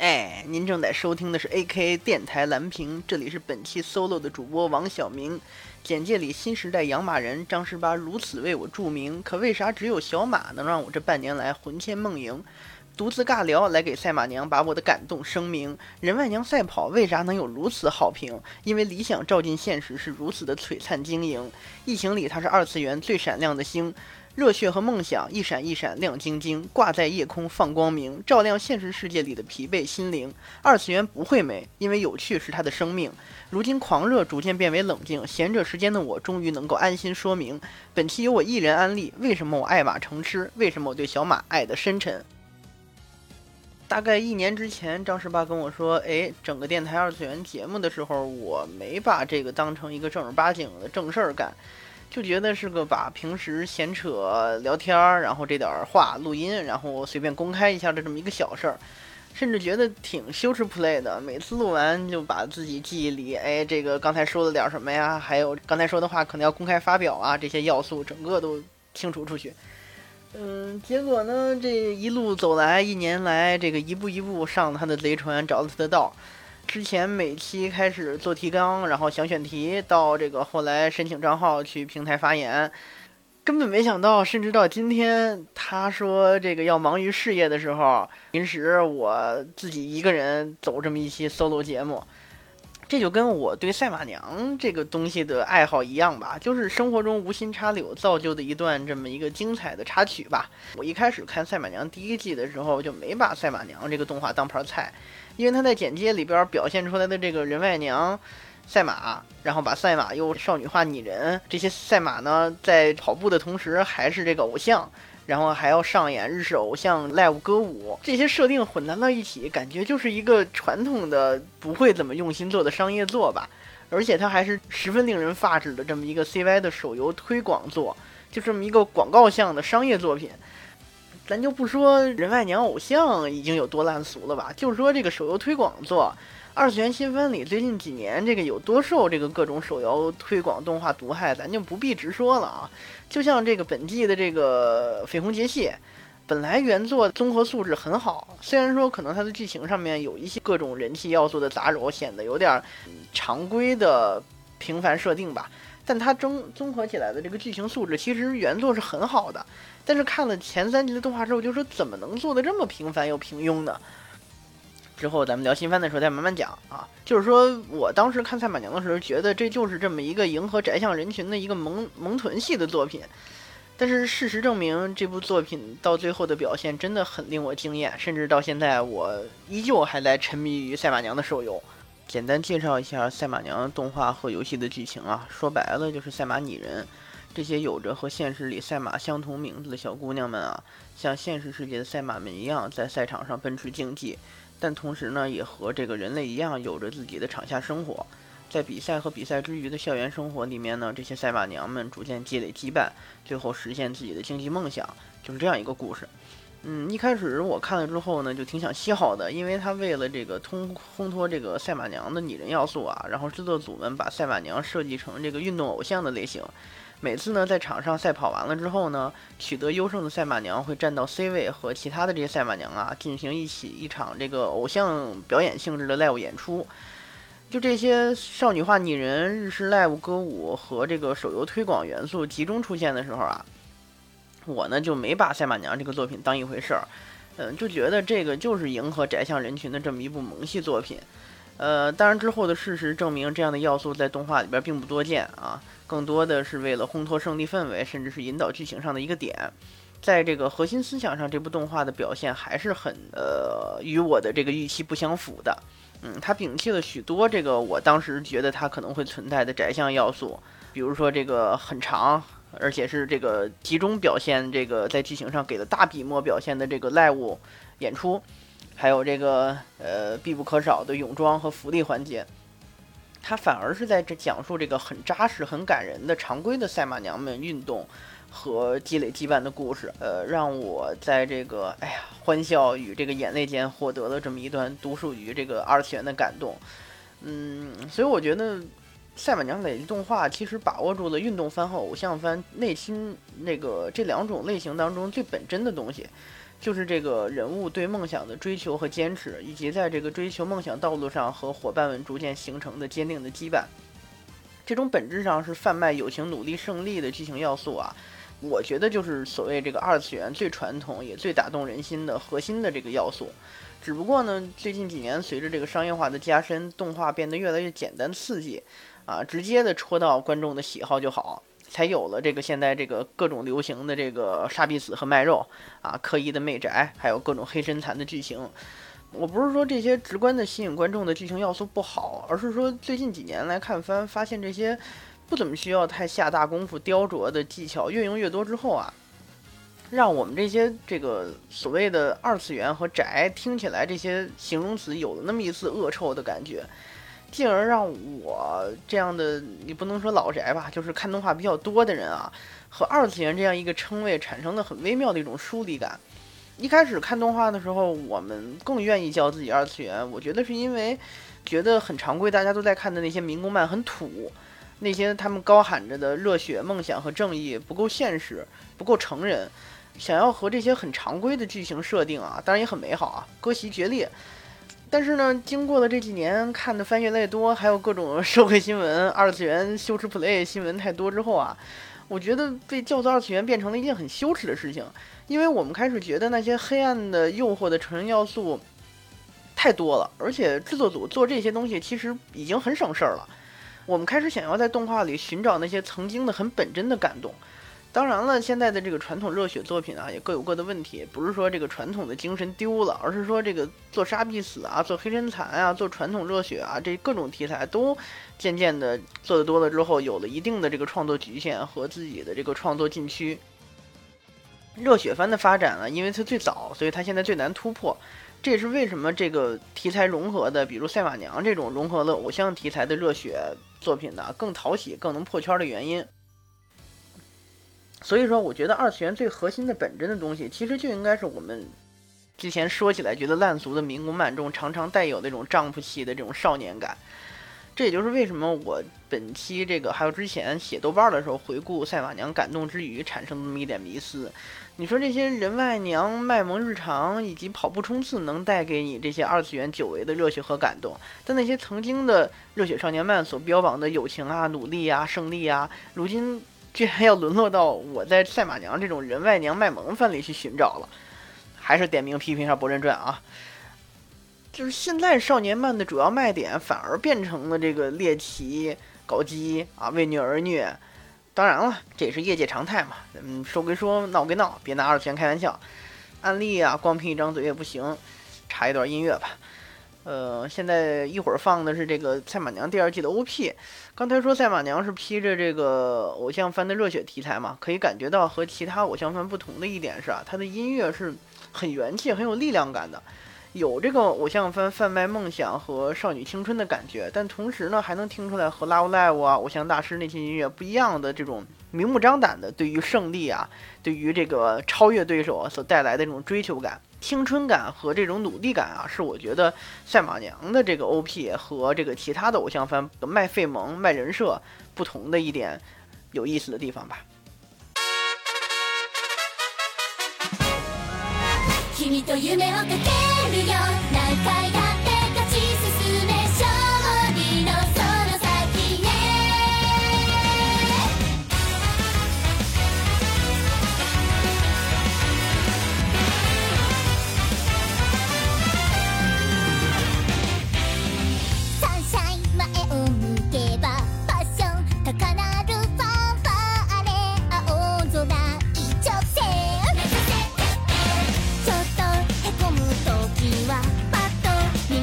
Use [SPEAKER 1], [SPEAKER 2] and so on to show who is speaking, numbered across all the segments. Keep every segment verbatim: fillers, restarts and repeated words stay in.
[SPEAKER 1] 哎，您正在收听的是 A K A 电台蓝屏，这里是本期 solo 的主播王晓明。简介里新时代养马人张十八如此为我注明，可为啥只有小马能让我这半年来魂牵梦萦？独自尬聊来给赛马娘把我的感动声明。人外娘赛跑为啥能有如此好评？因为理想照进现实是如此的璀璨晶莹。疫情里它是二次元最闪亮的星。热血和梦想一闪一闪亮晶晶，挂在夜空放光明，照亮现实世界里的疲惫心灵。二次元不会没，因为有趣是它的生命。如今狂热逐渐变为冷静，闲着时间的我终于能够安心说明。本期由我一人安利，为什么我爱马成痴？为什么我对小马爱得深沉？大概一年之前，张十八跟我说，哎，整个电台二次元节目的时候，我没把这个当成一个正儿八经的正事儿干。就觉得是个把平时闲扯聊天儿，然后这点话录音，然后随便公开一下的这么一个小事儿，甚至觉得挺羞耻 play 的。每次录完就把自己记忆里，哎，这个刚才说了点什么呀，还有刚才说的话可能要公开发表啊，这些要素整个都清除出去。嗯，结果呢，这一路走来，一年来，这个一步一步上了他的贼船，找了他的道。之前每期开始做提纲，然后想选题，到这个后来申请账号去平台发言，根本没想到，甚至到今天他说这个要忙于事业的时候，平时我自己一个人走这么一期 solo 节目。这就跟我对赛马娘这个东西的爱好一样吧，就是生活中无心插柳造就的一段这么一个精彩的插曲吧。我一开始看赛马娘第一季的时候，就没把赛马娘这个动画当盘菜，因为他在简介里边表现出来的这个人外娘赛马，然后把赛马又少女化拟人，这些赛马呢在跑步的同时还是这个偶像，然后还要上演日式偶像 live 歌舞，这些设定混杂到一起，感觉就是一个传统的不会怎么用心做的商业作吧。而且它还是十分令人发指的这么一个 C Y 的手游推广作，就这么一个广告向的商业作品。咱就不说人外娘偶像已经有多烂俗了吧，就说这个手游推广作，二次元新番里最近几年这个有多受这个各种手游推广动画毒害，咱就不必直说了啊。就像这个本季的这个绯红结界，本来原作综合素质很好，虽然说可能它的剧情上面有一些各种人气要素的杂糅，显得有点常规的平凡设定吧，但它综综合起来的这个剧情素质其实原作是很好的。但是看了前三集的动画之后，就说怎么能做得这么平凡又平庸呢？之后咱们聊新番的时候再慢慢讲啊。就是说我当时看赛马娘的时候，觉得这就是这么一个迎合宅向人群的一个萌萌豚系的作品。但是事实证明，这部作品到最后的表现真的很令我惊艳，甚至到现在我依旧还在沉迷于赛马娘的手游。简单介绍一下赛马娘动画和游戏的剧情啊，说白了就是赛马拟人。这些有着和现实里赛马相同名字的小姑娘们啊，像现实世界的赛马们一样，在赛场上奔驰竞技，但同时呢，也和这个人类一样，有着自己的场下生活。在比赛和比赛之余的校园生活里面呢，这些赛马娘们逐渐积累羁绊，最后实现自己的竞技梦想，就是这样一个故事。嗯，一开始我看了之后呢，就挺想稀罕的，因为他为了这个通烘托这个赛马娘的拟人要素啊，然后制作组们把赛马娘设计成这个运动偶像的类型。每次呢，在场上赛跑完了之后呢，取得优胜的赛马娘会站到 C 位，和其他的这些赛马娘啊进行一起一场这个偶像表演性质的 live 演出。就这些少女化拟人、日式 live 歌舞和这个手游推广元素集中出现的时候啊，我呢就没把赛马娘这个作品当一回事儿，嗯，就觉得这个就是迎合宅向人群的这么一部萌系作品。呃，当然之后的事实证明，这样的要素在动画里边并不多见啊。更多的是为了烘托胜利氛围，甚至是引导剧情上的一个点。在这个核心思想上，这部动画的表现还是很呃与我的这个预期不相符的。嗯，它摒弃了许多这个我当时觉得它可能会存在的宅向要素，比如说这个很长，而且是这个集中表现这个在剧情上给了大笔墨表现的这个 live 演出，还有这个呃必不可少的泳装和福利环节。他反而是在这讲述这个很扎实、很感人的常规的赛马娘们运动和积累羁绊的故事，呃，让我在这个哎呀欢笑与这个眼泪间获得了这么一段独属于这个二次元的感动。嗯，所以我觉得赛马娘累计动画其实把握住了运动番和偶像番内心那个这两种类型当中最本真的东西。 就是这个人物对梦想的追求和坚持，以及在这个追求梦想道路上和伙伴们逐渐形成的坚定的羁绊。这种本质上是贩卖友情、努力、胜利的剧情要素啊，我觉得就是所谓这个二次元最传统也最打动人心的核心的这个要素。只不过呢，最近几年随着这个商业化的加深，动画变得越来越简单刺激啊，直接的戳到观众的喜好就好，才有了这个现在这个各种流行的这个杀必死和卖肉啊，刻意的媚宅，还有各种黑身残的剧情。我不是说这些直观的吸引观众的剧情要素不好，而是说最近几年来看番，发现这些不怎么需要太下大功夫雕琢的技巧越用越多之后啊，让我们这些这个所谓的二次元和宅听起来这些形容词有了那么一丝恶臭的感觉，进而让我这样的，你不能说老宅吧，就是看动画比较多的人啊，和二次元这样一个称谓产生了很微妙的一种疏离感。一开始看动画的时候，我们更愿意叫自己二次元，我觉得是因为觉得很常规，大家都在看的那些民工漫很土，那些他们高喊着的热血、梦想和正义不够现实，不够成人，想要和这些很常规的剧情设定啊，当然也很美好啊，割席决裂。但是呢，经过了这几年看的番越来越多，还有各种社会新闻、二次元羞耻 play 新闻太多之后啊，我觉得被叫做二次元变成了一件很羞耻的事情，因为我们开始觉得那些黑暗的诱惑的成人要素太多了，而且制作组做这些东西其实已经很省事儿了。我们开始想要在动画里寻找那些曾经的很本真的感动。当然了，现在的这个传统热血作品啊，也各有各的问题，不是说这个传统的精神丢了，而是说这个做杀必死啊，做黑身残啊，做传统热血啊，这各种题材都渐渐的做得多了之后，有了一定的这个创作局限和自己的这个创作禁区。热血番的发展呢，因为它最早，所以它现在最难突破。这也是为什么这个题材融合的，比如赛马娘这种融合了偶像题材的热血作品呢，更讨喜、更能破圈的原因。所以说，我觉得二次元最核心的本真的东西，其实就应该是我们之前说起来觉得烂俗的民工漫中常常带有那种丈夫系的这种少年感。这也就是为什么我本期这个还有之前写豆瓣的时候回顾赛马娘感动之余产生的那么一点迷思。你说这些人外娘、卖萌日常以及跑步冲刺能带给你这些二次元久违的热血和感动，但那些曾经的热血少年漫所标榜的友情啊、努力啊、胜利啊，如今居然要沦落到我在赛马娘这种人外娘卖萌番里去寻找了。还是点名批评一下《博人传》啊，就是现在少年漫的主要卖点反而变成了这个猎奇、搞基啊、为虐而虐。当然了，这也是业界常态嘛。嗯，说归说，闹归闹，别拿二次元开玩笑。案例啊，光凭一张嘴也不行。插一段音乐吧。呃，现在一会儿放的是这个《赛马娘》第二季的 O P。刚才说赛马娘是披着这个偶像番的热血题材嘛，可以感觉到和其他偶像番不同的一点是啊，它的音乐是很元气、很有力量感的。有这个偶像番贩卖梦想和少女青春的感觉，但同时呢，还能听出来和 Love Live 啊、偶像大师那些音乐不一样的这种明目张胆的对于胜利啊、对于这个超越对手所带来的这种追求感、青春感和这种努力感啊，是我觉得赛马娘的这个 O P 和这个其他的偶像番卖费萌、卖人设不同的一点有意思的地方吧。君と夢をかけるよ何回だって勝ち進め勝利のその先へサンシャイン前を向けばパッション高鳴るファンファーレ青空一直線ちょっとへこむ時はパッと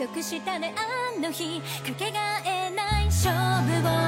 [SPEAKER 2] 得したねあの日かけがえない勝負を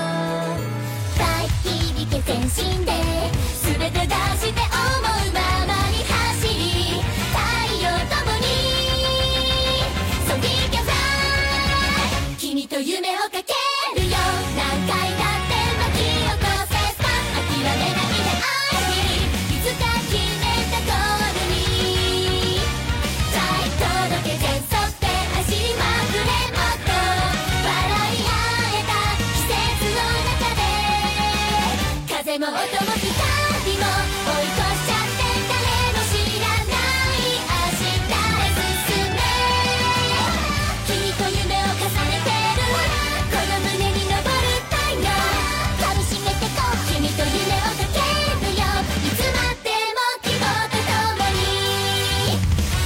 [SPEAKER 2] 響け全身で全て出して思うままに走り太陽ともに So we can fly 君と夢をかけるよ何回だって巻き起こせさ諦めないで愛にいつか決めたゴールにさえ届けて沿って走りまくれもっと笑い合えた季節の中で風も音も光も追い越しちゃって誰も知らない明日へ進め君と夢を重ねてるこの胸に昇る太陽かみしめてこう君と夢をかけるよいつまでも希望と共に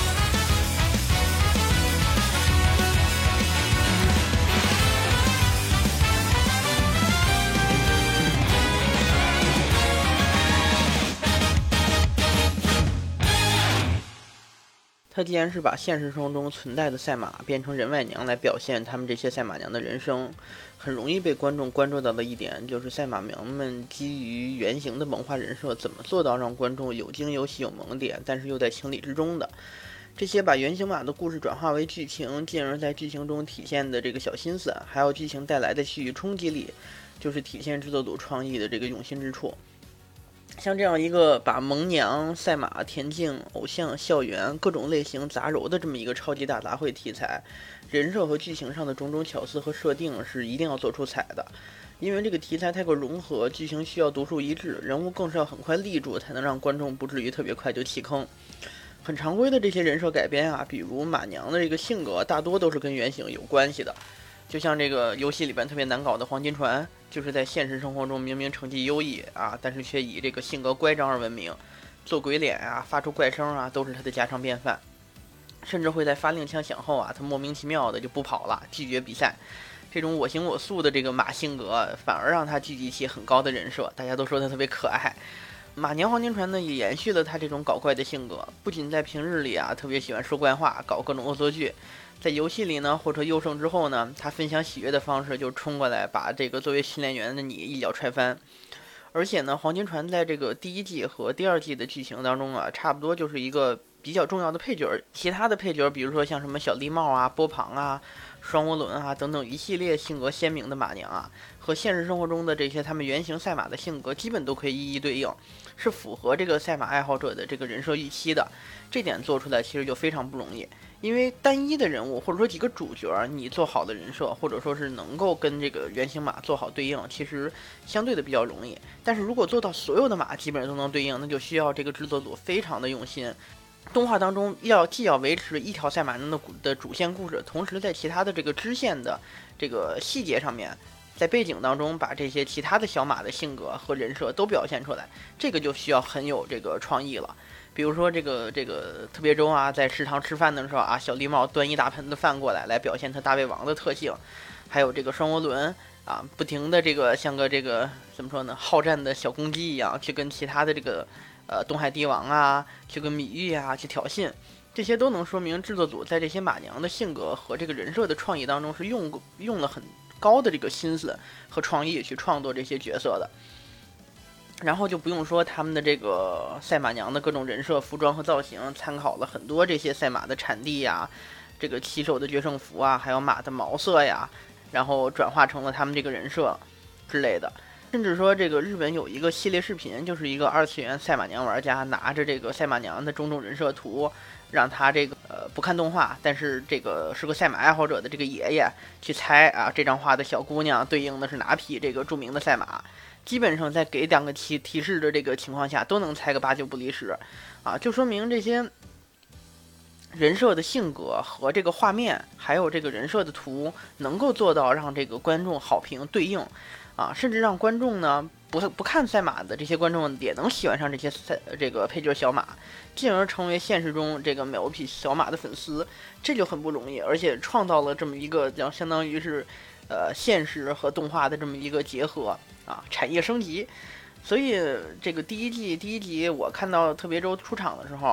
[SPEAKER 1] 他既然是把现实生活中存在的赛马变成人外娘来表现他们这些赛马娘的人生，很容易被观众关注到的一点就是赛马娘们基于原型的萌化人设怎么做到让观众有惊有喜有萌点，但是又在情理之中的。这些把原型马的故事转化为剧情，进而在剧情中体现的这个小心思，还有剧情带来的戏剧冲击力，就是体现制作组创意的这个用心之处。像这样一个把萌娘、赛马、田径、偶像、校园各种类型杂糅的这么一个超级大杂烩题材，人设和剧情上的种种巧思和设定是一定要做出彩的。因为这个题材太过融合，剧情需要独树一帜，人物更是要很快立住，才能让观众不至于特别快就弃坑。很常规的这些人设改编啊，比如马娘的这个性格，大多都是跟原型有关系的。就像这个游戏里边特别难搞的黄金船，就是在现实生活中明明成绩优异啊，但是却以这个性格乖张而闻名，做鬼脸啊，发出怪声啊，都是他的家常便饭。甚至会在发令枪响后啊，他莫名其妙的就不跑了，拒绝比赛。这种我行我素的这个马性格，反而让他聚集起很高的人设，大家都说他特别可爱。马娘黄金船呢，也延续了他这种搞怪的性格，不仅在平日里啊特别喜欢说怪话，搞各种恶作剧，在游戏里呢，或者优胜之后呢，他分享喜悦的方式就冲过来，把这个作为训练员的你一脚踹翻。而且呢，黄金船在这个第一季和第二季的剧情当中啊，差不多就是一个比较重要的配角。其他的配角，比如说像什么小狸猫啊、波旁啊、双涡轮啊等等一系列性格鲜明的马娘啊，和现实生活中的这些他们原型赛马的性格基本都可以一一对应，是符合这个赛马爱好者的这个人设预期的。这点做出来其实就非常不容易，因为单一的人物或者说几个主角，你做好的人设或者说是能够跟这个原型马做好对应，其实相对的比较容易。但是如果做到所有的马基本上都能对应，那就需要这个制作组非常的用心。动画当中要既要维持一条赛马娘的的主线故事，同时在其他的这个支线的这个细节上面，在背景当中把这些其他的小马的性格和人设都表现出来，这个就需要很有这个创意了。比如说这个这个特别周啊，在食堂吃饭的时候啊，小狸猫端一大盆的饭过来，来表现他大胃王的特性。还有这个双涡轮啊，不停的这个像个这个怎么说呢，好战的小公鸡一样，去跟其他的这个呃东海帝王啊，去跟米玉啊去挑衅，这些都能说明制作组在这些马娘的性格和这个人设的创意当中是用用了很高的这个心思和创意去创作这些角色的。然后就不用说他们的这个赛马娘的各种人设、服装和造型，参考了很多这些赛马的产地呀，这个骑手的决胜服啊，还有马的毛色呀，然后转化成了他们这个人设之类的。甚至说这个日本有一个系列视频，就是一个二次元赛马娘玩家拿着这个赛马娘的种种人设图，让他这个呃不看动画，但是这个是个赛马爱好者的这个爷爷去猜啊，这张画的小姑娘对应的是哪匹这个著名的赛马。基本上在给两个提提示的这个情况下，都能猜个八九不离十，啊，就说明这些人设的性格和这个画面，还有这个人设的图，能够做到让这个观众好评对应，啊，甚至让观众呢不不看赛马的这些观众也能喜欢上这些赛这个配角小马，进而成为现实中这个某匹小马的粉丝，这就很不容易，而且创造了这么一个相当于是呃现实和动画的这么一个结合。啊，产业升级，所以这个第一季第一集我看到特别周出场的时候，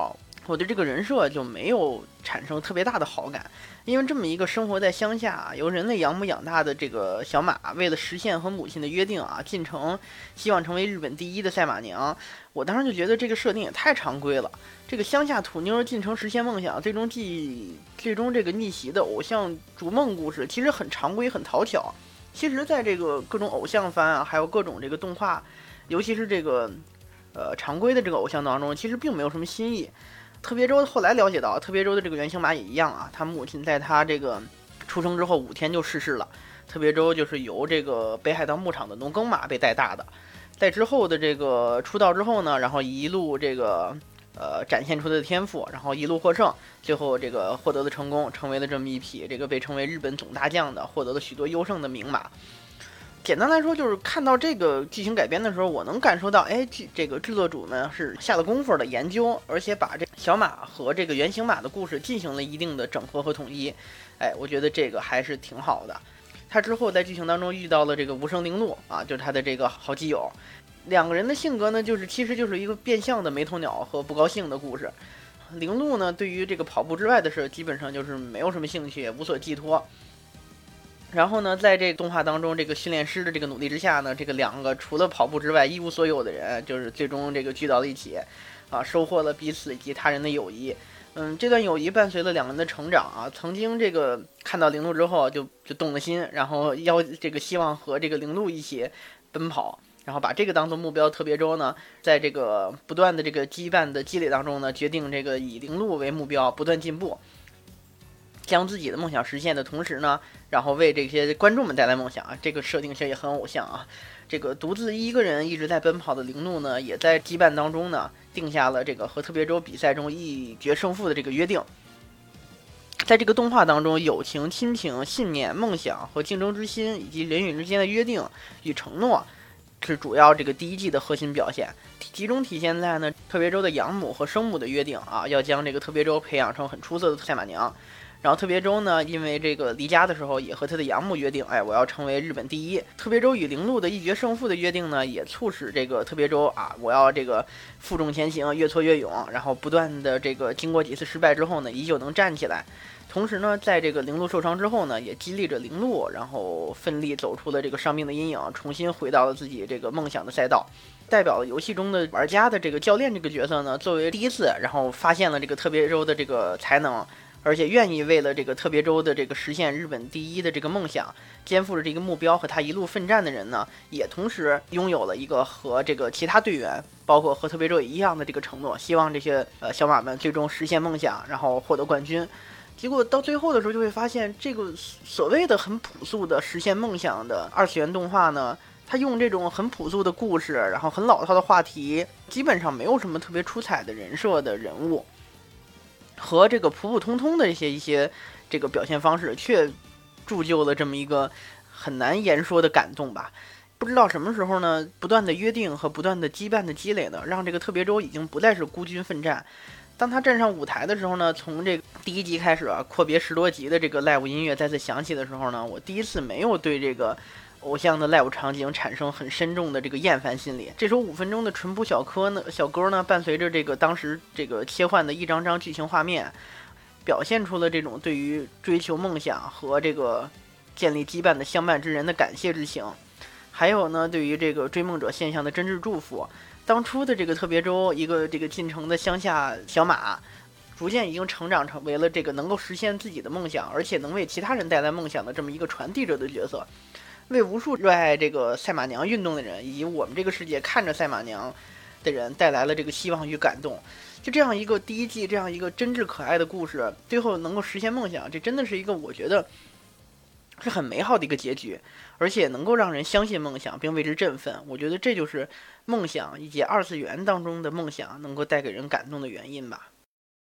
[SPEAKER 1] 我对这个人设就没有产生特别大的好感，因为这么一个生活在乡下、由人类养母养大的这个小马，为了实现和母亲的约定啊，进城希望成为日本第一的赛马娘。我当时就觉得这个设定也太常规了。这个乡下土妞进城实现梦想，最终继最终这个逆袭的偶像逐梦故事，其实很常规、很讨巧。其实，在这个各种偶像番啊，还有各种这个动画，尤其是这个呃常规的这个偶像当中，其实并没有什么新意。特别周后来了解到，特别周的这个原型马也一样啊，他母亲在他这个出生之后五天就逝世了。特别周就是由这个北海道牧场的农耕马被带大的，在之后的这个出道之后呢，然后一路这个呃展现出他的天赋，然后一路获胜，最后这个获得了成功，成为了这么一匹这个被称为日本总大将的，获得了许多优胜的名马。简单来说，就是看到这个剧情改编的时候，我能感受到，哎，这个制作组呢是下了功夫的研究，而且把这小马和这个原型马的故事进行了一定的整合和统一。哎，我觉得这个还是挺好的。他之后在剧情当中遇到了这个无声铃鹿啊，就是他的这个好基友。两个人的性格呢，就是其实就是一个变相的没头鸟和不高兴的故事。铃鹿呢，对于这个跑步之外的事，基本上就是没有什么兴趣，也无所寄托。然后呢，在这个动画当中，这个训练师的这个努力之下呢，这个两个除了跑步之外一无所有的人，就是最终这个聚到了一起，啊，收获了彼此以及他人的友谊。嗯，这段友谊伴随了两人的成长啊。曾经这个看到铃鹿之后就就动了心，然后要这个希望和这个铃鹿一起奔跑，然后把这个当做目标。特别周呢，在这个不断的这个羁绊的积累当中呢，决定这个以铃鹿为目标，不断进步。将自己的梦想实现的同时呢，然后为这些观众们带来梦想啊，这个设定其实也很偶像啊。这个独自一个人一直在奔跑的铃鹿呢，也在羁绊当中呢，定下了这个和特别周比赛中一决胜负的这个约定。在这个动画当中，友情、亲情、信念、梦想和竞争之心，以及人与人之间的约定与承诺，是主要这个第一季的核心表现。集中体现在呢，特别周的养母和生母的约定啊，要将这个特别周培养成很出色的赛马娘。然后特别周呢，因为这个离家的时候也和他的养母约定，哎，我要成为日本第一。特别周与铃鹿的一决胜负的约定呢，也促使这个特别周啊，我要这个负重前行，越挫越勇，然后不断的这个经过几次失败之后呢，依旧能站起来。同时呢，在这个铃鹿受伤之后呢，也激励着铃鹿，然后奋力走出了这个伤病的阴影，重新回到了自己这个梦想的赛道。代表了游戏中的玩家的这个教练这个角色呢，作为第一次，然后发现了这个特别周的这个才能，而且愿意为了这个特别周的这个实现日本第一的这个梦想，肩负着这个目标和他一路奋战的人呢，也同时拥有了一个和这个其他队员，包括和特别周也一样的这个承诺，希望这些呃小马们最终实现梦想，然后获得冠军。结果到最后的时候，就会发现这个所谓的很朴素的实现梦想的二次元动画呢，他用这种很朴素的故事，然后很老套的话题，基本上没有什么特别出彩的人设的人物，和这个普普通通的一些一些这个表现方式，却铸就了这么一个很难言说的感动吧。不知道什么时候呢，不断的约定和不断的羁绊的积累呢，让这个特别周已经不再是孤军奋战。当他站上舞台的时候呢，从这个第一集开始啊，阔别十多集的这个 live 音乐再次响起的时候呢，我第一次没有对这个偶像的 live 场景产生很深重的这个厌烦心理。这首五分钟的淳朴小歌呢，小歌呢，伴随着这个当时这个切换的一张张剧情画面，表现出了这种对于追求梦想和这个建立羁绊的相伴之人的感谢之情，还有呢，对于这个追梦者现象的真挚祝福。当初的这个特别周，一个这个进城的乡下小马，逐渐已经成长成为了这个能够实现自己的梦想，而且能为其他人带来梦想的这么一个传递者的角色，为无数热爱这个赛马娘运动的人，以及我们这个世界看着赛马娘的人带来了这个希望与感动。就这样一个第一季这样一个真挚可爱的故事，最后能够实现梦想，这真的是一个我觉得是很美好的一个结局，而且能够让人相信梦想并为之振奋。我觉得这就是梦想以及二次元当中的梦想能够带给人感动的原因吧。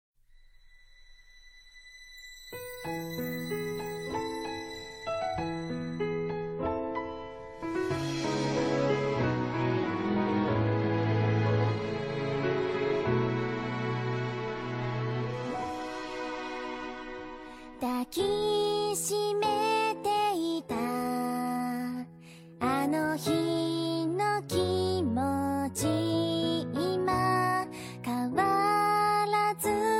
[SPEAKER 2] 抱きしめていたあの日の気持ち今変わらず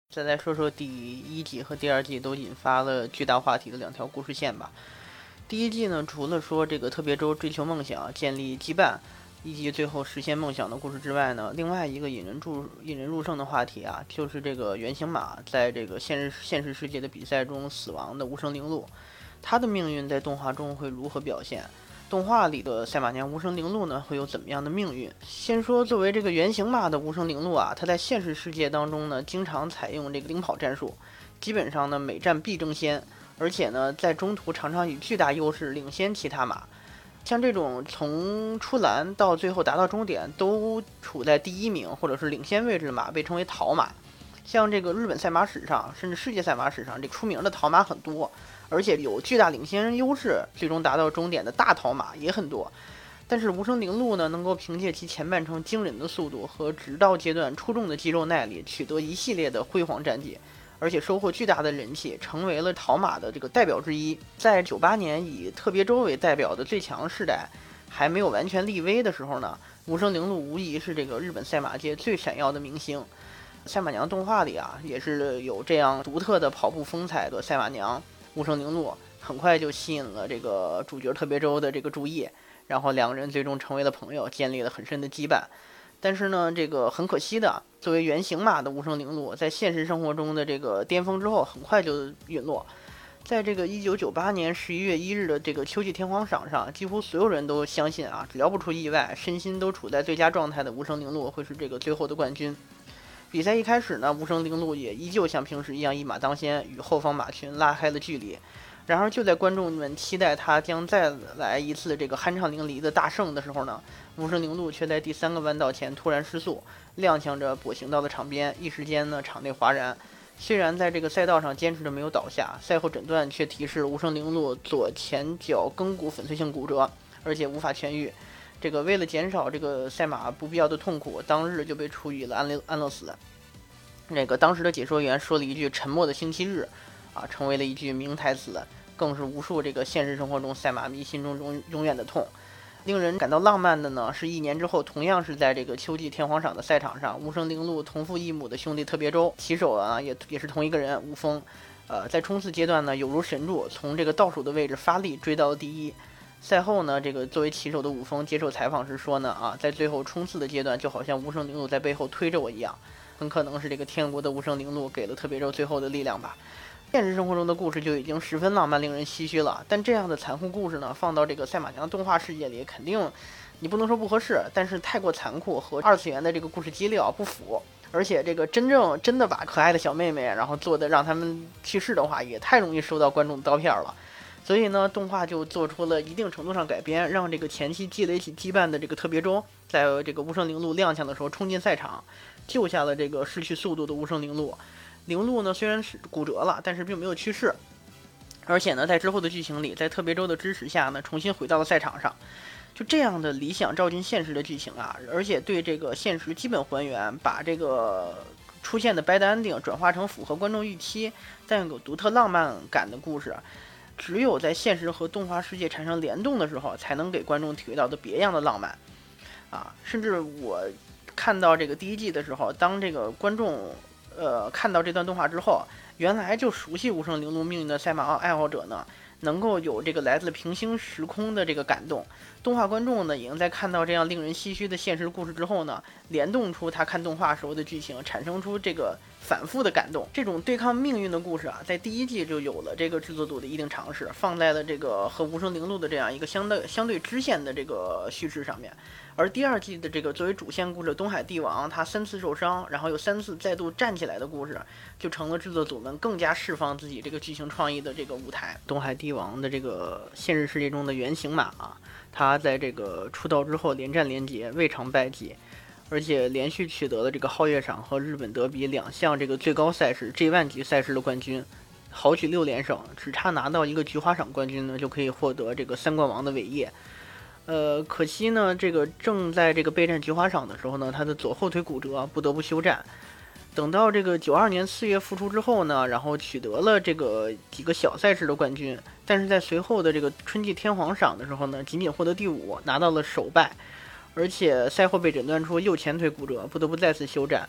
[SPEAKER 1] 再来说说第一季和第二季都引发了巨大话题的两条故事线吧。第一季呢，除了说这个特别州追求梦想、建立羁绊，以及最后实现梦想的故事之外呢，另外一个引人注引人入胜的话题啊，就是这个原型马在这个现实现实世界的比赛中死亡的无声铃鹿，他的命运在动画中会如何表现？动画里的赛马娘无声铃鹿呢，会有怎么样的命运？先说作为这个原型马的无声铃鹿啊，它在现实世界当中呢，经常采用这个领跑战术，基本上呢每战必争先，而且呢在中途常常以巨大优势领先其他马。像这种从出栏到最后达到终点都处在第一名或者是领先位置的马被称为逃马。像这个日本赛马史上甚至世界赛马史上，这出名的逃马很多，而且有巨大领先优势最终达到终点的大逃马也很多。但是无声铃鹿呢，能够凭借其前半程惊人的速度和直到阶段出众的肌肉耐力，取得一系列的辉煌战绩，而且收获巨大的人气，成为了逃马的这个代表之一。在九八年以特别州为代表的最强世代还没有完全立威的时候呢，无声铃鹿无疑是这个日本赛马界最闪耀的明星。赛马娘动画里啊，也是有这样独特的跑步风采的赛马娘无声铃鹿，很快就吸引了这个主角特别州的这个注意，然后两个人最终成为了朋友，建立了很深的羁绊。但是呢，这个很可惜的，作为原型马的无声铃鹿，在现实生活中的这个巅峰之后，很快就陨落。在这个一九九八年十一月一日的这个秋季天皇赏上，几乎所有人都相信啊，只要不出意外，身心都处在最佳状态的无声铃鹿会是这个最后的冠军。比赛一开始呢，无声铃鹿也依旧像平时一样一马当先，与后方马群拉开了距离。然而就在观众们期待他将再来一次这个酣畅淋漓的大胜的时候呢，无声铃鹿却在第三个弯道前突然失速，踉跄着跛行到了场边，一时间呢场内哗然。虽然在这个赛道上坚持着没有倒下，赛后诊断却提示无声铃鹿左前脚肱骨粉碎性骨折，而且无法痊愈。这个为了减少这个赛马不必要的痛苦，当日就被处以了安乐安乐死。那个当时的解说员说了一句沉默的星期日啊，成为了一句名台词，更是无数这个现实生活中赛马迷心中永永远的痛。令人感到浪漫的呢，是一年之后，同样是在这个秋季天皇赏的赛场上，无声铃鹿同父异母的兄弟特别州骑手啊，也也是同一个人吴峰，呃，在冲刺阶段呢，有如神助，从这个倒数的位置发力追到了第一。赛后呢，这个作为骑手的武峰接受采访时说呢，啊，在最后冲刺的阶段，就好像无声铃鹿在背后推着我一样，很可能是这个天国的无声铃鹿给了特别州最后的力量吧。现实生活中的故事就已经十分浪漫，令人唏嘘了。但这样的残酷故事呢，放到这个赛马娘动画世界里，肯定你不能说不合适，但是太过残酷和二次元的这个故事基调不符。而且这个真正真的把可爱的小妹妹，然后做的让他们去世的话，也太容易受到观众的刀片了。所以呢，动画就做出了一定程度上改编，让这个前期积累起羁绊的这个特别州，在这个无声铃鹿踉跄的时候冲进赛场，救下了这个失去速度的无声铃鹿。铃鹿呢虽然是骨折了，但是并没有去世，而且呢在之后的剧情里，在特别州的支持下呢，重新回到了赛场上。就这样的理想照进现实的剧情啊，而且对这个现实基本还原，把这个出现的 bad ending 转化成符合观众预期但有独特浪漫感的故事，只有在现实和动画世界产生联动的时候，才能给观众体会到的别样的浪漫啊！甚至我看到这个第一季的时候，当这个观众呃看到这段动画之后，原来就熟悉无声铃鹿命运的赛马爱好者呢，能够有这个来自平行时空的这个感动。动画观众呢，已经在看到这样令人唏嘘的现实故事之后呢，联动出他看动画时候的剧情，产生出这个反复的感动。这种对抗命运的故事啊，在第一季就有了这个制作组的一定尝试，放在了这个和无声铃鹿的这样一个相对相对支线的这个叙事上面。而第二季的这个作为主线故事，东海帝王他三次受伤，然后又三次再度站起来的故事，就成了制作组们更加释放自己这个剧情创意的这个舞台。东海帝王的这个现实世界中的原型马啊，他在这个出道之后连战连捷，未尝败绩，而且连续取得了这个皓月赏和日本德比两项这个最高赛事 G 一 级赛事的冠军，豪取六连胜，只差拿到一个菊花赏冠军呢，就可以获得这个三冠王的伟业。呃，可惜呢，这个正在这个备战菊花赏的时候呢，他的左后腿骨折，不得不休战。等到这个九二年四月复出之后呢，然后取得了这个几个小赛事的冠军，但是在随后的这个春季天皇赏的时候呢，仅仅获得第五，拿到了首败，而且赛后被诊断出右前腿骨折，不得不再次休战。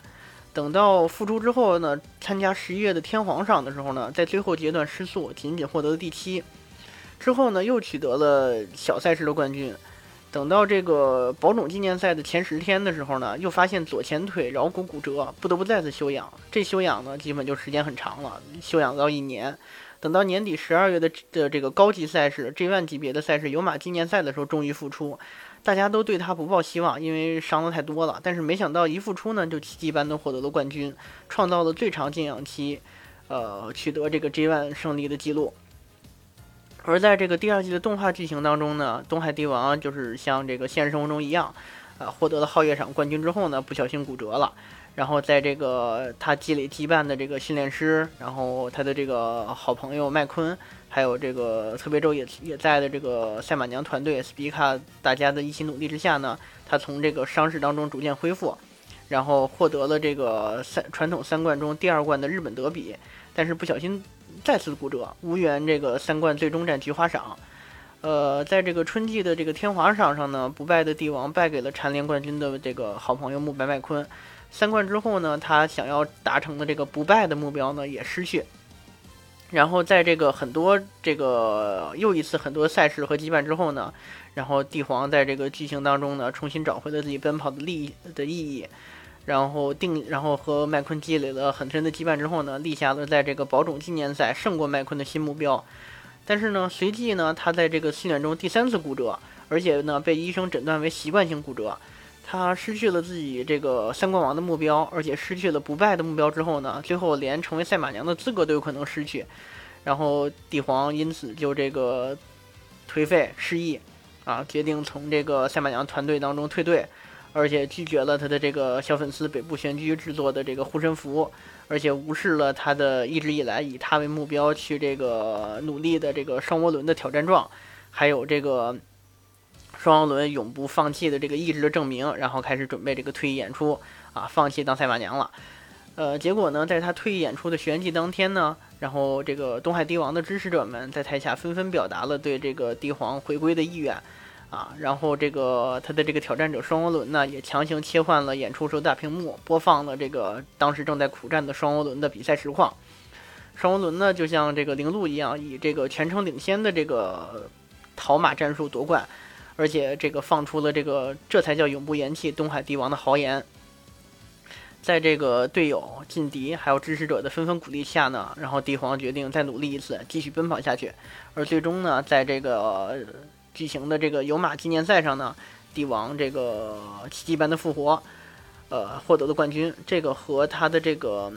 [SPEAKER 1] 等到复出之后呢，参加十一月的天皇赏的时候呢，在最后阶段失速，仅仅获得了第七。之后呢，又取得了小赛事的冠军。等到这个宝冢纪念赛的前十天的时候呢，又发现左前腿桡骨骨折，不得不再次休养。这休养呢，基本就时间很长了，休养到一年。等到年底十二月的的这个高级赛事 G 一 级别的赛事有马纪念赛的时候，终于复出。大家都对他不抱希望，因为伤的太多了。但是没想到一复出呢，就奇迹般的获得了冠军，创造了最长静养期，呃，取得这个 G 一 胜利的记录。而在这个第二季的动画剧情当中呢，东海帝王就是像这个现实生活中一样，呃，获得了皓月赏冠军之后呢，不小心骨折了。然后在这个他积累羁绊的这个训练师，然后他的这个好朋友麦昆，还有这个特别周也也在的这个赛马娘团队斯皮卡，大家的一起努力之下呢，他从这个伤势当中逐渐恢复，然后获得了这个三传统三冠中第二冠的日本德比，但是不小心再次骨折，无缘这个三冠最终战菊花赏。呃，在这个春季的这个天华赏上呢，不败的帝王败给了蝉联冠军的这个好朋友木白麦昆。三冠之后呢，他想要达成的这个不败的目标呢也失去。然后在这个很多这个又一次很多赛事和羁绊之后呢，然后帝皇在这个剧情当中呢重新找回了自己奔跑的利益的意义，然后定然后和麦昆积累了很深的羁绊之后呢，立下了在这个宝冢纪念赛胜过麦昆的新目标。但是呢，随即呢，他在这个训练中第三次骨折，而且呢被医生诊断为习惯性骨折。他失去了自己这个三冠王的目标，而且失去了不败的目标之后呢，最后连成为赛马娘的资格都有可能失去。然后帝皇因此就这个颓废失意啊，决定从这个赛马娘团队当中退队，而且拒绝了他的这个小粉丝北部玄居制作的这个护身符，而且无视了他的一直以来以他为目标去这个努力的这个双涡轮的挑战状，还有这个双涡轮永不放弃的这个意志的证明，然后开始准备这个退役演出啊，放弃当赛马娘了。呃，结果呢，在他退役演出的旋即当天呢，然后这个东海帝王的支持者们在台下纷纷表达了对这个帝皇回归的意愿啊，然后这个他的这个挑战者双涡轮呢，也强行切换了演出时候大屏幕，播放了这个当时正在苦战的双涡轮的比赛实况。双涡轮呢，就像这个铃鹿一样，以这个全程领先的这个逃马战术夺冠。而且这个放出了这个这才叫永不言弃东海帝王的豪言。在这个队友劲敌还有支持者的纷纷鼓励下呢，然后帝皇决定再努力一次，继续奔跑下去。而最终呢，在这个举行的这个有马纪念赛上呢，帝王这个奇迹般的复活，呃，获得了冠军。这个和他的这个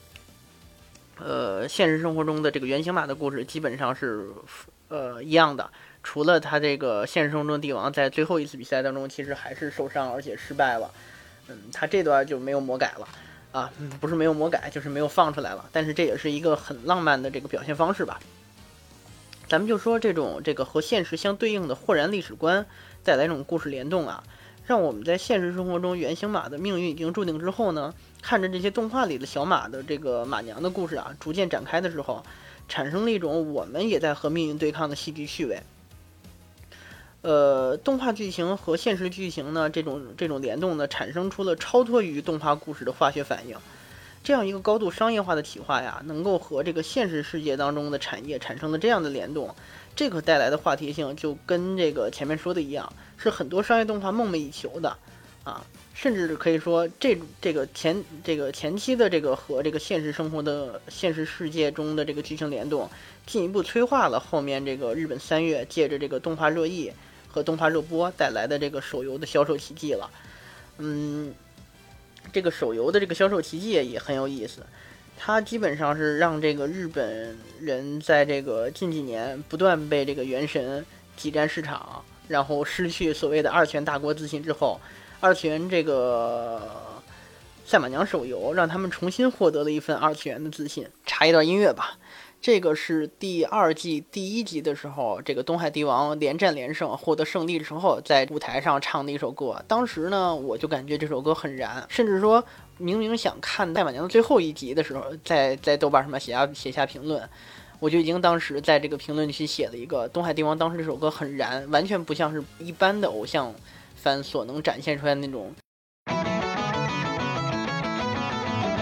[SPEAKER 1] 呃现实生活中的这个原型马的故事基本上是呃一样的。除了他这个现实生活中帝王在最后一次比赛当中其实还是受伤而且失败了，嗯，他这段就没有魔改了啊，不是没有魔改，就是没有放出来了。但是这也是一个很浪漫的这个表现方式吧。咱们就说这种这个和现实相对应的豁然历史观带来这种故事联动啊，让我们在现实生活中原型马的命运已经注定之后呢，看着这些动画里的小马的这个马娘的故事啊逐渐展开的时候，产生了一种我们也在和命运对抗的戏剧趣味。呃，动画剧情和现实剧情呢，这种这种联动呢，产生出了超脱于动画故事的化学反应。这样一个高度商业化的企划呀，能够和这个现实世界当中的产业产生了这样的联动，这个带来的话题性就跟这个前面说的一样，是很多商业动画梦寐以求的啊。甚至可以说，这这个前这个前期的这个和这个现实生活的现实世界中的这个剧情联动，进一步催化了后面这个日本三月借着这个动画热议和动画热播带来的这个手游的销售奇迹了。嗯，这个手游的这个销售奇迹也很有意思，它基本上是让这个日本人在这个近几年不断被这个原神挤占市场，然后失去所谓的二次元大国自信之后，二次元这个赛马娘手游让他们重新获得了一份二次元的自信。插一段音乐吧。这个是第二季第一集的时候，这个东海帝王连战连胜获得胜利之后，在舞台上唱的一首歌。当时呢，我就感觉这首歌很燃，甚至说明明想看赛马娘的最后一集的时候，在在豆瓣上面写下写下评论，我就已经当时在这个评论区写了一个东海帝王当时这首歌很燃，完全不像是一般的偶像番所能展现出来的那种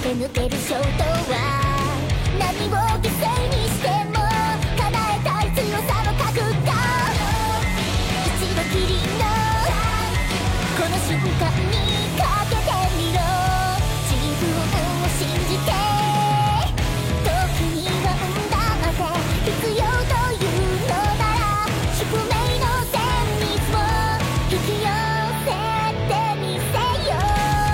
[SPEAKER 2] 駆け抜ける衝動は何を犠牲にしても叶えたい強さの覚悟一度きりのこの瞬間にかけてみろ自分を信じて時には運だって必要というのなら宿命の旋律を引き寄せてみせよ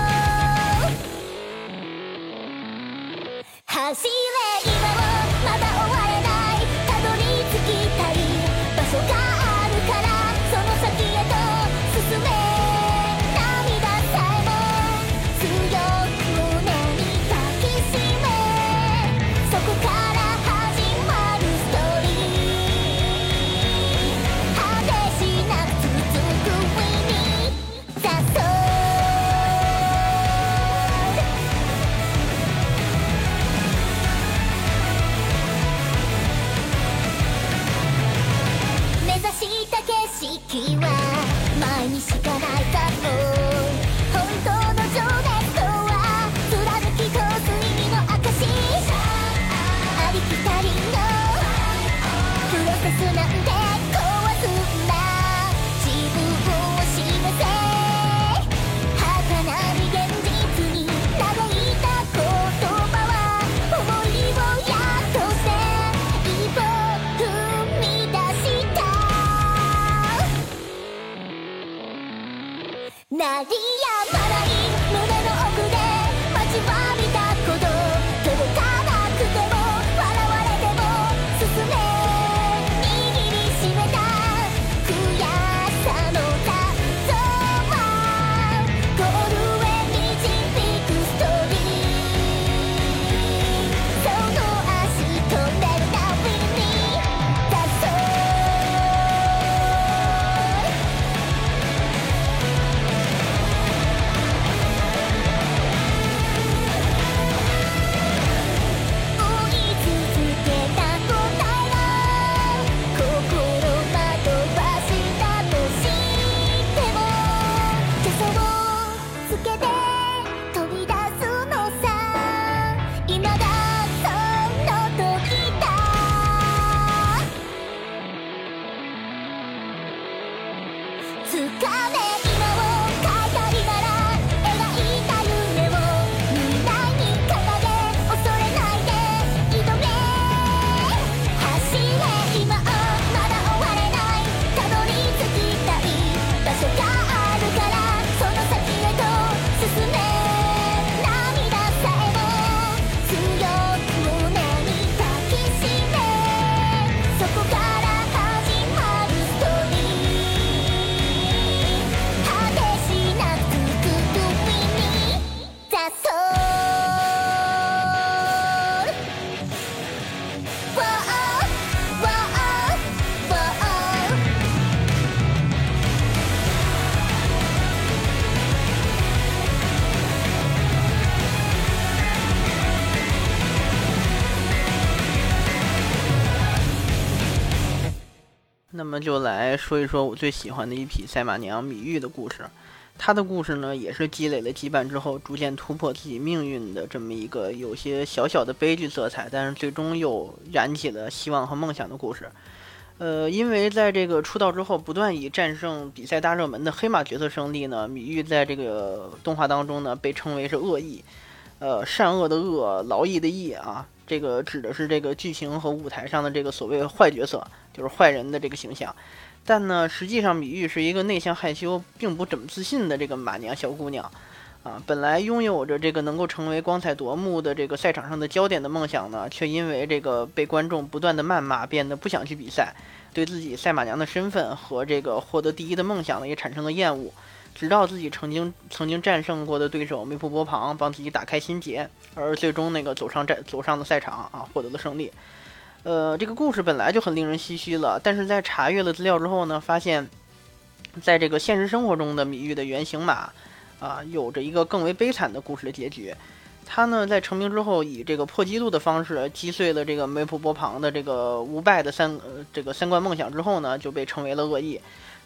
[SPEAKER 2] 走れ今をまだ終われないたどり着きたい場所があるからその先へと進め涙さえも強く胸に抱きしめそこから始まるストーリー果てしなく続く意味ザ・ソー目指した景色は前にしかないかも本当の情熱とは貫き通す意味の証ありきたりのプロセスなんて壊すんだ自分を示せ儚い現実に嘆いた言葉は思いをやっとして一歩踏み出した鳴りやまない胸の奥で待ちわびたこと届かなくても笑われても進め握りしめた悔しさの残像はゴールへ導くストーリーその足止めるたびに出そう追い続けた答えが心惑わしたとしても手をつけて飛び出すのさ今がその時だつかめ今を変えたりなら描いた夢を未来に掲げ恐れないで挑め走れ今をまだ終われないたどり着きたい場所があるからその先へと進め涙さえも強く胸に抱きしめそこから始まるストーリー果てしなく続く意味ザ・ソール Whoa, whoa, whoa
[SPEAKER 1] 那么就来说一说我最喜欢的一匹赛马娘米玉的故事。她的故事呢，也是积累了羁绊之后，逐渐突破自己命运的这么一个有些小小的悲剧色彩，但是最终又燃起了希望和梦想的故事。呃，因为在这个出道之后，不断以战胜比赛大热门的黑马角色胜利呢，米玉在这个动画当中呢，被称为是恶役，呃，善恶的恶，劳役的役啊，这个指的是这个剧情和舞台上的这个所谓坏角色，就是坏人的这个形象。但呢，实际上米玉是一个内向害羞，并不怎么自信的这个马娘小姑娘。啊，本来拥有着这个能够成为光彩夺目的这个赛场上的焦点的梦想呢，却因为这个被观众不断的谩骂，变得不想去比赛，对自己赛马娘的身份和这个获得第一的梦想呢，也产生了厌恶。直到自己曾经曾经战胜过的对手梅普波旁帮自己打开心结，而最终那个走上战走上了赛场啊，获得了胜利。呃，这个故事本来就很令人唏嘘了，但是在查阅了资料之后呢，发现，在这个现实生活中的米玉的原型马。啊，有着一个更为悲惨的故事的结局。他呢，在成名之后，以这个破纪录的方式击碎了这个梅普波旁的这个无败的三呃这个三冠梦想之后呢，就被称为了恶役。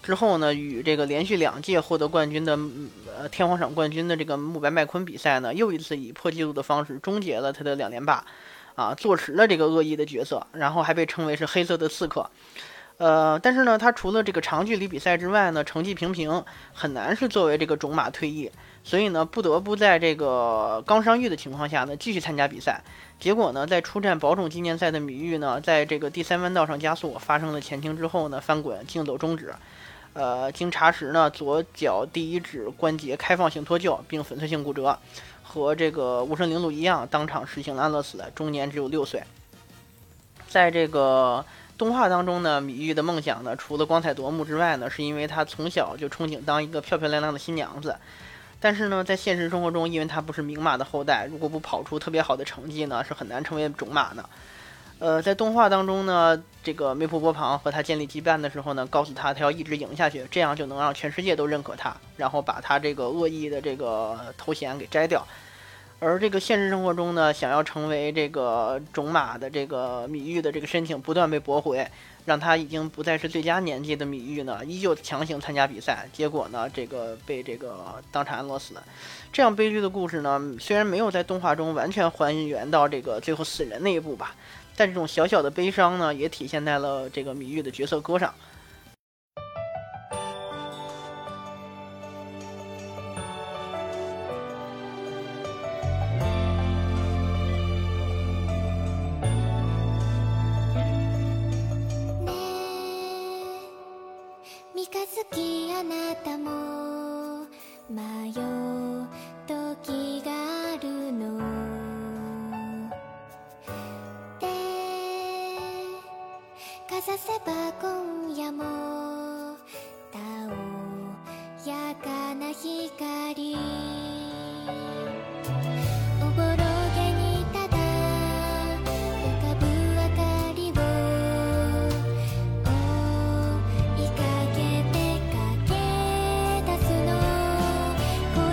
[SPEAKER 1] 之后呢，与这个连续两届获得冠军的呃天皇赏冠军的这个慕白麦昆比赛呢，又一次以破纪录的方式终结了他的两连霸，啊，坐实了这个恶意的角色，然后还被称为是黑色的刺客。呃，但是呢，他除了这个长距离比赛之外呢，成绩平平，很难是作为这个种马退役，所以呢，不得不在这个刚伤愈的情况下呢，继续参加比赛。结果呢，在出战保种纪念赛的米玉呢，在这个第三弯道上加速，发生了前倾之后呢，翻滚竞走终止。呃，经查实呢，左脚第一指关节开放性脱臼，并粉碎性骨折，和这个无声铃鹿一样，当场实行了安乐死，终年只有六岁。在这个动画当中呢，米玉的梦想呢，除了光彩夺目之外呢，是因为她从小就憧憬当一个漂漂亮亮的新娘子。但是呢，在现实生活中，因为她不是名马的后代，如果不跑出特别好的成绩呢，是很难成为种马的。呃，在动画当中呢，这个梅普波旁和他建立羁绊的时候呢，告诉他他要一直赢下去，这样就能让全世界都认可他，然后把他这个恶意的这个头衔给摘掉。而这个现实生活中呢，想要成为这个种马的这个米玉的这个申请不断被驳回，让他已经不再是最佳年纪的米玉呢，依旧强行参加比赛，结果呢，这个被这个当场安乐死。这样悲剧的故事呢，虽然没有在动画中完全还原到这个最后死人那一步吧，但这种小小的悲伤呢，也体现在了这个米玉的角色歌上。
[SPEAKER 2] 三日月あなたも迷う時があるのでかざせば今夜もたおやかな光おぼろげにただ浮かぶ明かりを追いかけて駆け出すのこ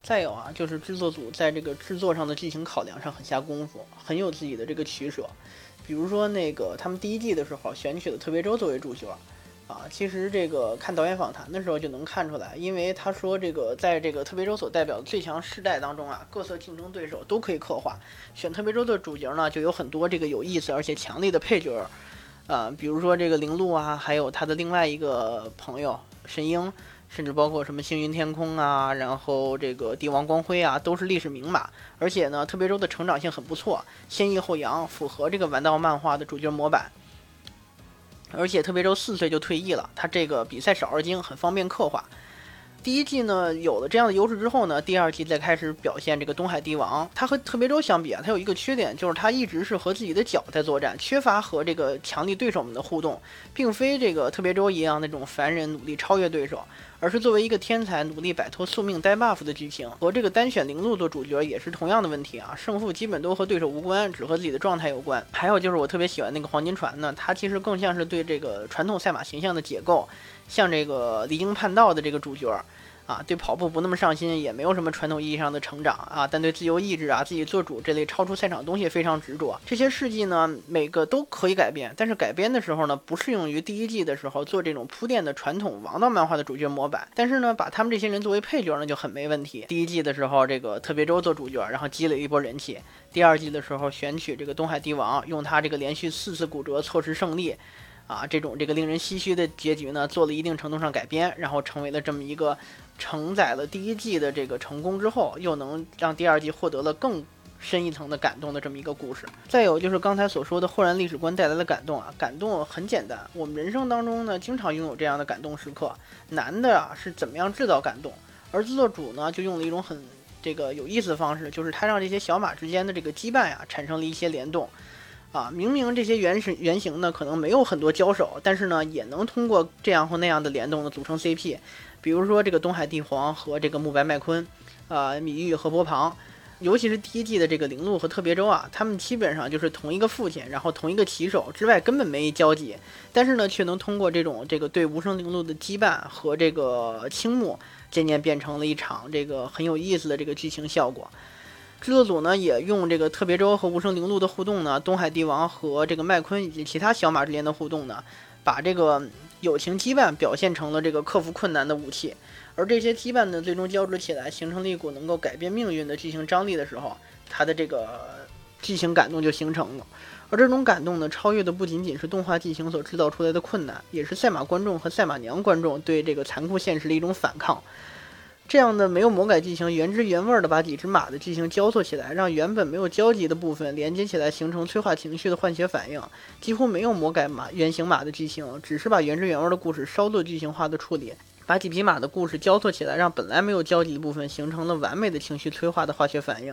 [SPEAKER 1] 再有啊，就是制作组在这个制作上的剧情考量上很下功夫，很有自己的这个取舍。比如说那个他们第一季的时候选取了特别周作为主角啊，其实这个看导演访谈的时候就能看出来，因为他说这个在这个特别周所代表的最强世代当中啊，各色竞争对手都可以刻画，选特别周的主角呢就有很多这个有意思而且强力的配角，啊，比如说这个铃鹿啊，还有他的另外一个朋友神鹰。甚至包括什么星云天空啊，然后这个帝王光辉啊，都是历史名马。而且呢，特别周的成长性很不错，先抑后扬，符合这个玩道漫画的主角模板。而且特别周四岁就退役了，他这个比赛少而精，很方便刻画。第一季呢有了这样的优势之后呢，第二季再开始表现这个东海帝王。他和特别周相比啊，他有一个缺点，就是他一直是和自己的脚在作战，缺乏和这个强力对手们的互动，并非这个特别周一样那种凡人努力超越对手，而是作为一个天才努力摆脱宿命带 buff 的剧情。和这个单选铃鹿做主角也是同样的问题啊，胜负基本都和对手无关，只和自己的状态有关。还有就是我特别喜欢那个黄金船呢，它其实更像是对这个传统赛马形象的解构，像这个离经叛道的这个主角啊，对跑步不那么上心，也没有什么传统意义上的成长啊，但对自由意志啊、自己做主这类超出赛场的东西非常执着。这些事迹呢，每个都可以改编，但是改编的时候呢，不适用于第一季的时候做这种铺垫的传统王道漫画的主角模板。但是呢，把他们这些人作为配角呢，就很没问题。第一季的时候，这个特别周做主角，然后积累一波人气；第二季的时候，选取这个东海帝王，用他这个连续四次骨折错失胜利。啊，这种这个令人唏嘘的结局呢，做了一定程度上改编，然后成为了这么一个承载了第一季的这个成功之后，又能让第二季获得了更深一层的感动的这么一个故事。再有就是刚才所说的豁然历史观带来的感动啊，感动很简单，我们人生当中呢，经常拥有这样的感动时刻，难的啊是怎么样制造感动，而制作组呢就用了一种很这个有意思的方式，就是他让这些小马之间的这个羁绊呀、啊、产生了一些联动。啊，明明这些原型原型呢可能没有很多交手，但是呢也能通过这样或那样的联动呢组成 C P， 比如说这个东海帝皇和这个木白麦昆，啊米玉和波旁，尤其是第一季的这个铃鹿和特别周啊，他们基本上就是同一个父亲，然后同一个骑手之外根本没交集，但是呢却能通过这种这个对无声铃鹿的羁绊和这个倾慕，渐渐变成了一场这个很有意思的这个剧情效果。制作组呢也用这个特别周和无声铃鹿的互动呢，东海帝王和这个麦昆以及其他小马之间的互动呢，把这个友情羁绊表现成了这个克服困难的武器，而这些羁绊呢最终交织起来，形成了一股能够改变命运的剧情张力的时候，它的这个剧情感动就形成了。而这种感动呢，超越的不仅仅是动画剧情所制造出来的困难，也是赛马观众和赛马娘观众对这个残酷现实的一种反抗。这样的没有魔改剧情，原汁原味的把几只马的剧情交错起来，让原本没有交集的部分连接起来，形成催化情绪的换血反应。几乎没有魔改马原型马的剧情，只是把原汁原味的故事稍作剧情化的处理，把几匹马的故事交错起来，让本来没有交集的部分形成了完美的情绪催化的化学反应。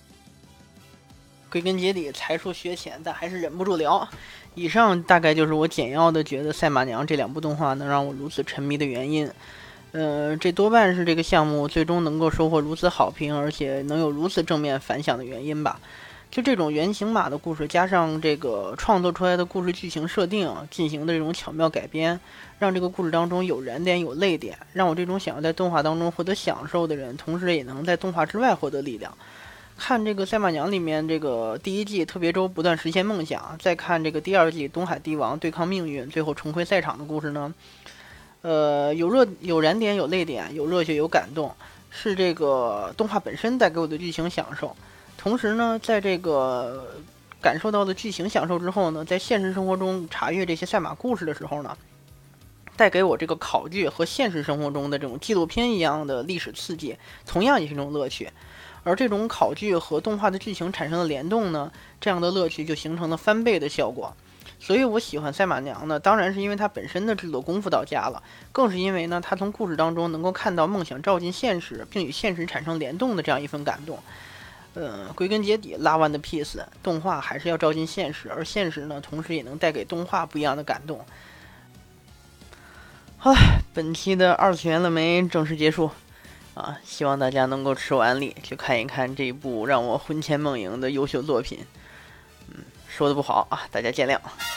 [SPEAKER 1] 归根结底，才疏学浅，但还是忍不住聊。以上大概就是我简要的觉得《赛马娘》这两部动画能让我如此沉迷的原因。呃，这多半是这个项目最终能够收获如此好评，而且能有如此正面反响的原因吧。就这种原型马的故事，加上这个创作出来的故事剧情设定进行的这种巧妙改编，让这个故事当中有燃点有泪点，让我这种想要在动画当中获得享受的人，同时也能在动画之外获得力量。看这个赛马娘里面这个第一季特别周不断实现梦想，再看这个第二季东海帝王对抗命运最后重回赛场的故事呢，呃，有热有燃点有泪点，有热血有感动，是这个动画本身带给我的剧情享受。同时呢，在这个感受到的剧情享受之后呢，在现实生活中查阅这些赛马故事的时候呢，带给我这个考据和现实生活中的这种纪录片一样的历史刺激，同样也是一种乐趣。而这种考据和动画的剧情产生了联动呢，这样的乐趣就形成了翻倍的效果。所以我喜欢赛马娘呢，当然是因为它本身的制作功夫到家了，更是因为呢，它从故事当中能够看到梦想照进现实，并与现实产生联动的这样一份感动。呃，归根结底，拉完的 piece 动画还是要照进现实，而现实呢，同时也能带给动画不一样的感动。好了，本期的二次元了没正式结束啊！希望大家能够吃完力去看一看这一部让我魂牵梦萦的优秀作品。嗯，说的不好啊，大家见谅。